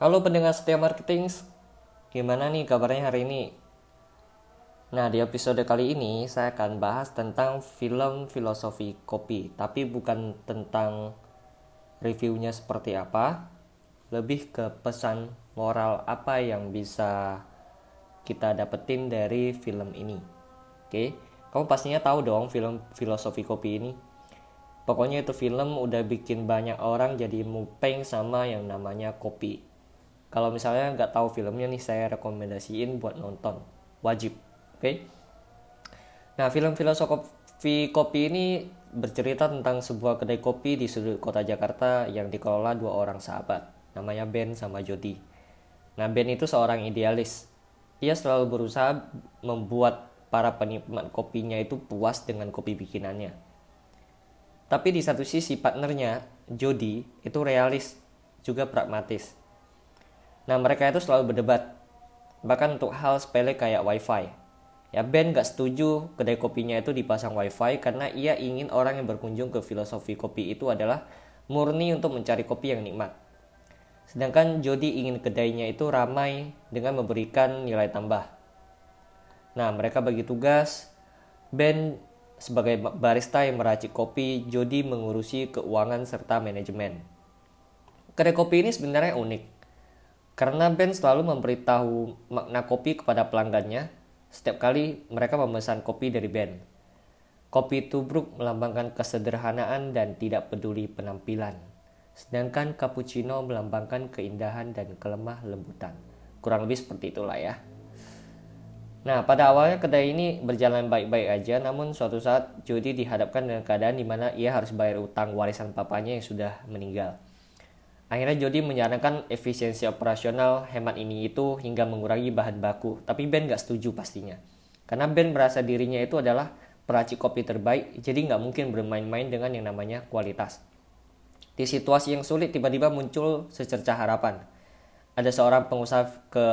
Halo pendengar setia marketing, gimana nih kabarnya hari ini? Nah, di episode kali ini saya akan bahas tentang film filosofi kopi, tapi bukan tentang reviewnya seperti apa, lebih ke pesan moral apa yang bisa kita dapetin dari film ini. Oke, kamu pastinya tahu dong film filosofi kopi ini. Pokoknya itu film udah bikin banyak orang jadi mupeng sama yang namanya kopi. Kalau misalnya nggak tahu filmnya nih, saya rekomendasiin buat nonton, wajib. Oke. Nah, film filosofi kopi ini bercerita tentang sebuah kedai kopi di sudut kota Jakarta yang dikelola dua orang sahabat, namanya Ben sama Jody. Nah, Ben itu seorang idealis. Ia selalu berusaha membuat para penikmat kopinya itu puas dengan kopi bikinannya. Tapi di satu sisi partnernya, Jody, itu realis, juga pragmatis. Nah, mereka itu selalu berdebat, bahkan untuk hal sepele kayak wifi. Ya, Ben gak setuju kedai kopinya itu dipasang wifi karena ia ingin orang yang berkunjung ke filosofi kopi itu adalah murni untuk mencari kopi yang nikmat. Sedangkan Jody ingin kedainya itu ramai dengan memberikan nilai tambah. Nah, mereka bagi tugas. Ben sebagai barista yang meracik kopi, Jody mengurusi keuangan serta manajemen. Kedai kopi ini sebenarnya unik, karena Ben selalu memberitahu makna kopi kepada pelanggannya setiap kali mereka memesan kopi dari Ben. Kopi tubruk melambangkan kesederhanaan dan tidak peduli penampilan. Sedangkan cappuccino melambangkan keindahan dan kelemah lembutan. Kurang lebih seperti itulah ya. Nah, pada awalnya kedai ini berjalan baik-baik aja, namun suatu saat Jody dihadapkan dengan keadaan di mana ia harus bayar utang warisan papanya yang sudah meninggal. Akhirnya Jody menyarankan efisiensi operasional hemat ini itu hingga mengurangi bahan baku, tapi Ben gak setuju pastinya. Karena Ben merasa dirinya itu adalah peracik kopi terbaik, jadi gak mungkin bermain-main dengan yang namanya kualitas. Di situasi yang sulit tiba-tiba muncul secercah harapan. Ada seorang pengusaha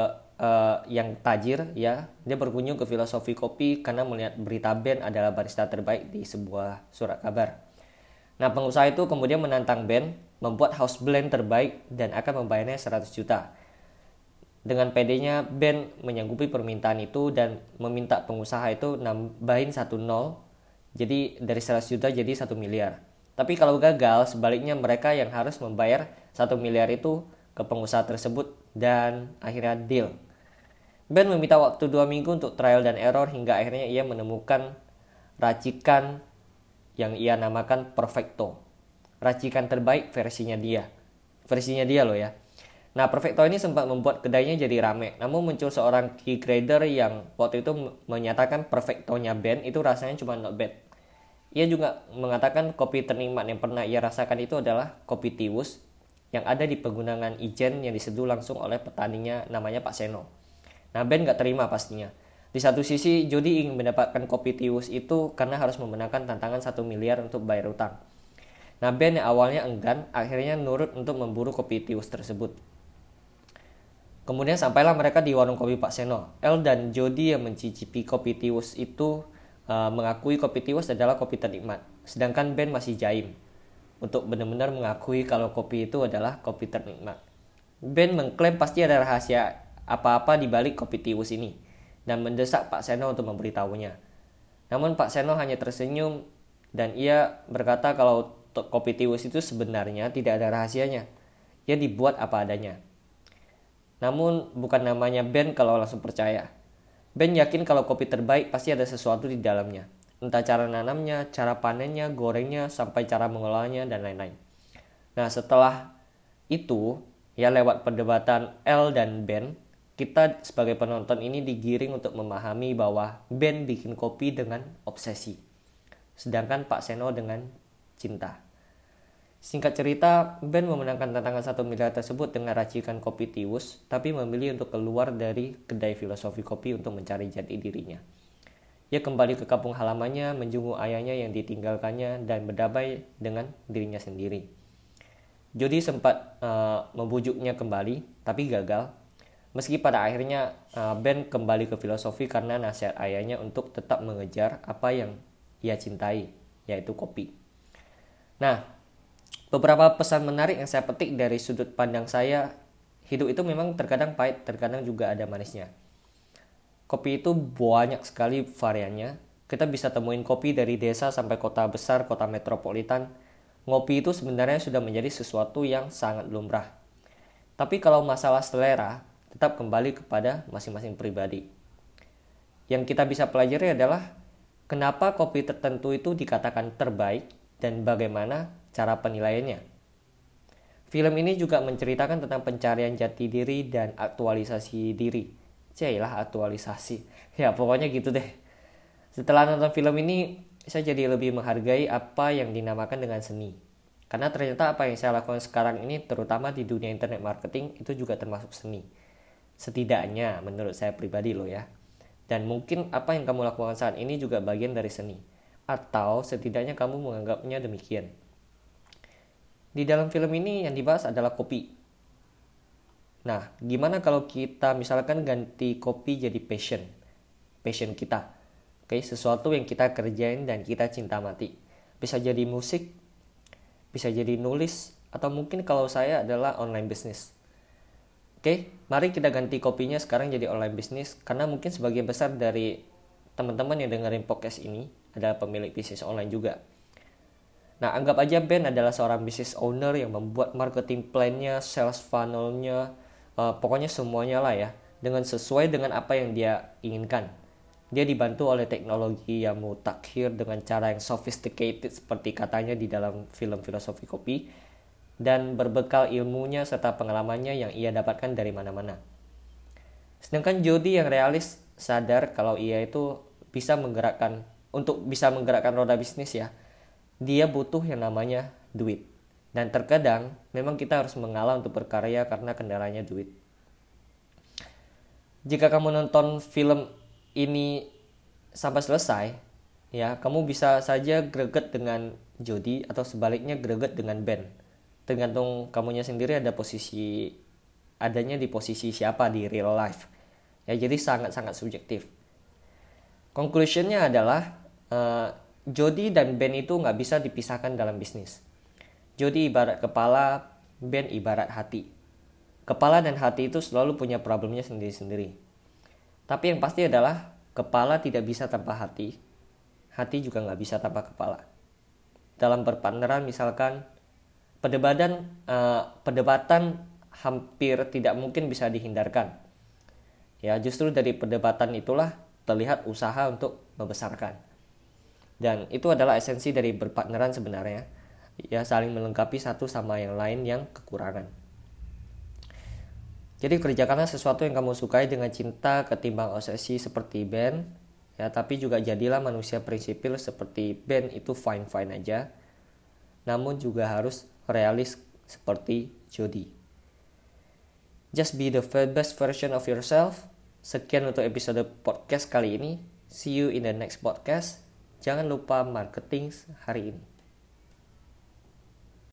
yang tajir ya, dia berkunjung ke filosofi kopi karena melihat berita Ben adalah barista terbaik di sebuah surat kabar. Nah, pengusaha itu kemudian menantang Ben membuat house blend terbaik dan akan membayarnya 100 juta. Dengan pedenya Ben menyanggupi permintaan itu dan meminta pengusaha itu nambahin 1 nol. Jadi dari 100 juta jadi 1 miliar. Tapi kalau gagal, sebaliknya mereka yang harus membayar 1 miliar itu ke pengusaha tersebut dan akhirnya deal. Ben meminta waktu 2 minggu untuk trial dan error hingga akhirnya ia menemukan racikan yang ia namakan Perfecto. Racikan terbaik versinya dia. Versinya dia loh ya. Nah, Perfecto ini sempat membuat kedainya jadi rame. Namun muncul seorang key grader yang waktu itu menyatakan Perfectonya Ben itu rasanya cuma not bad. Ia juga mengatakan kopi ternikmat yang pernah ia rasakan itu adalah kopi Tiwus yang ada di Pegunungan Ijen yang diseduh langsung oleh petaninya namanya Pak Seno. Nah, Ben gak terima pastinya. Di satu sisi, Jody ingin mendapatkan kopi Tiwus itu karena harus memenangkan tantangan 1 miliar untuk bayar utang. Nah, Ben yang awalnya enggan, akhirnya nurut untuk memburu kopi Tiwus tersebut. Kemudian sampailah mereka di warung kopi Pak Seno. El dan Jody yang mencicipi kopi Tiwus itu mengakui kopi Tiwus adalah kopi ternikmat. Sedangkan Ben masih jaim untuk benar-benar mengakui kalau kopi itu adalah kopi ternikmat. Ben mengklaim pasti ada rahasia apa-apa di balik kopi Tiwus ini dan mendesak Pak Seno untuk memberitahunya. Namun Pak Seno hanya tersenyum dan ia berkata kalau kopi Tiwus itu sebenarnya tidak ada rahasianya. Ia dibuat apa adanya. Namun bukan namanya Ben kalau langsung percaya. Ben yakin kalau kopi terbaik pasti ada sesuatu di dalamnya. Entah cara nanamnya, cara panennya, gorengnya, sampai cara mengolahnya dan lain-lain. Nah, setelah itu, ya lewat perdebatan El dan Ben, kita sebagai penonton ini digiring untuk memahami bahwa Ben bikin kopi dengan obsesi, sedangkan Pak Seno dengan cinta. Singkat cerita, Ben memenangkan tantangan 1 miliar tersebut dengan racikan kopi Tiwus, tapi memilih untuk keluar dari kedai filosofi kopi untuk mencari jati dirinya. Ia kembali ke kampung halamannya, menjenguk ayahnya yang ditinggalkannya, dan berdamai dengan dirinya sendiri. Jody sempat membujuknya kembali, tapi gagal. Meski pada akhirnya Ben kembali ke filosofi karena nasihat ayahnya untuk tetap mengejar apa yang ia cintai, yaitu kopi. Nah, beberapa pesan menarik yang saya petik dari sudut pandang saya Hidup itu memang terkadang pahit, terkadang juga ada manisnya. Kopi itu banyak sekali variannya. Kita bisa temuin kopi dari desa sampai kota besar, kota metropolitan. Ngopi itu sebenarnya sudah menjadi sesuatu yang sangat lumrah. Tapi kalau masalah selera, tetap kembali kepada masing-masing pribadi. Yang kita bisa pelajari adalah kenapa kopi tertentu itu dikatakan terbaik dan bagaimana cara penilaiannya. Film ini juga menceritakan tentang pencarian jati diri dan aktualisasi diri. Cailah aktualisasi. Ya pokoknya gitu deh. Setelah nonton film ini, saya jadi lebih menghargai apa yang dinamakan dengan seni. Karena ternyata apa yang saya lakukan sekarang ini, terutama di dunia internet marketing, itu juga termasuk seni. Setidaknya menurut saya pribadi loh ya. Dan mungkin apa yang kamu lakukan saat ini juga bagian dari seni. Atau setidaknya kamu menganggapnya demikian. Di dalam film ini yang dibahas adalah kopi. Nah, gimana kalau kita misalkan ganti kopi jadi passion kita. Oke, sesuatu yang kita kerjain dan kita cinta mati. Bisa jadi musik, bisa jadi nulis, atau mungkin kalau saya adalah online business. Oke, mari kita ganti kopinya sekarang jadi online business, karena mungkin sebagian besar dari teman-teman yang dengerin podcast ini adalah pemilik bisnis online juga. Nah, anggap aja Ben adalah seorang business owner yang membuat marketing plan-nya, sales funnel-nya, pokoknya semuanya lah ya, dengan sesuai dengan apa yang dia inginkan. Dia dibantu oleh teknologi yang mutakhir dengan cara yang sophisticated seperti katanya di dalam film Filosofi Kopi, dan berbekal ilmunya serta pengalamannya yang ia dapatkan dari mana-mana. Sedangkan Jody yang realis sadar kalau ia itu bisa menggerakkan roda bisnis ya, dia butuh yang namanya duit. Dan terkadang memang kita harus mengalah untuk berkarya karena kendalanya duit. Jika kamu nonton film ini sampai selesai, ya kamu bisa saja greget dengan Jody atau sebaliknya greget dengan Ben. Tergantung kamunya sendiri adanya di posisi siapa di real life. Ya jadi sangat-sangat subjektif. Conclusionnya adalah Jody dan Ben itu nggak bisa dipisahkan dalam bisnis. Jody ibarat kepala, Ben ibarat hati. Kepala dan hati itu selalu punya problemnya sendiri-sendiri. Tapi yang pasti adalah kepala tidak bisa tanpa hati. Hati juga nggak bisa tanpa kepala. Dalam berpartneran misalkan, perdebatan hampir tidak mungkin bisa dihindarkan. Ya justru dari perdebatan itulah terlihat usaha untuk membesarkan. Dan itu adalah esensi dari berpartneran sebenarnya. Ya saling melengkapi satu sama yang lain yang kekurangan. Jadi kerjakanlah sesuatu yang kamu sukai dengan cinta ketimbang obsesi seperti Ben. Ya, tapi juga jadilah manusia prinsipil seperti Ben itu fine-fine aja. Namun juga harus realis seperti Jody. Just be the best version of yourself. Sekian untuk episode podcast kali ini. See you in the next podcast. Jangan lupa marketing hari ini.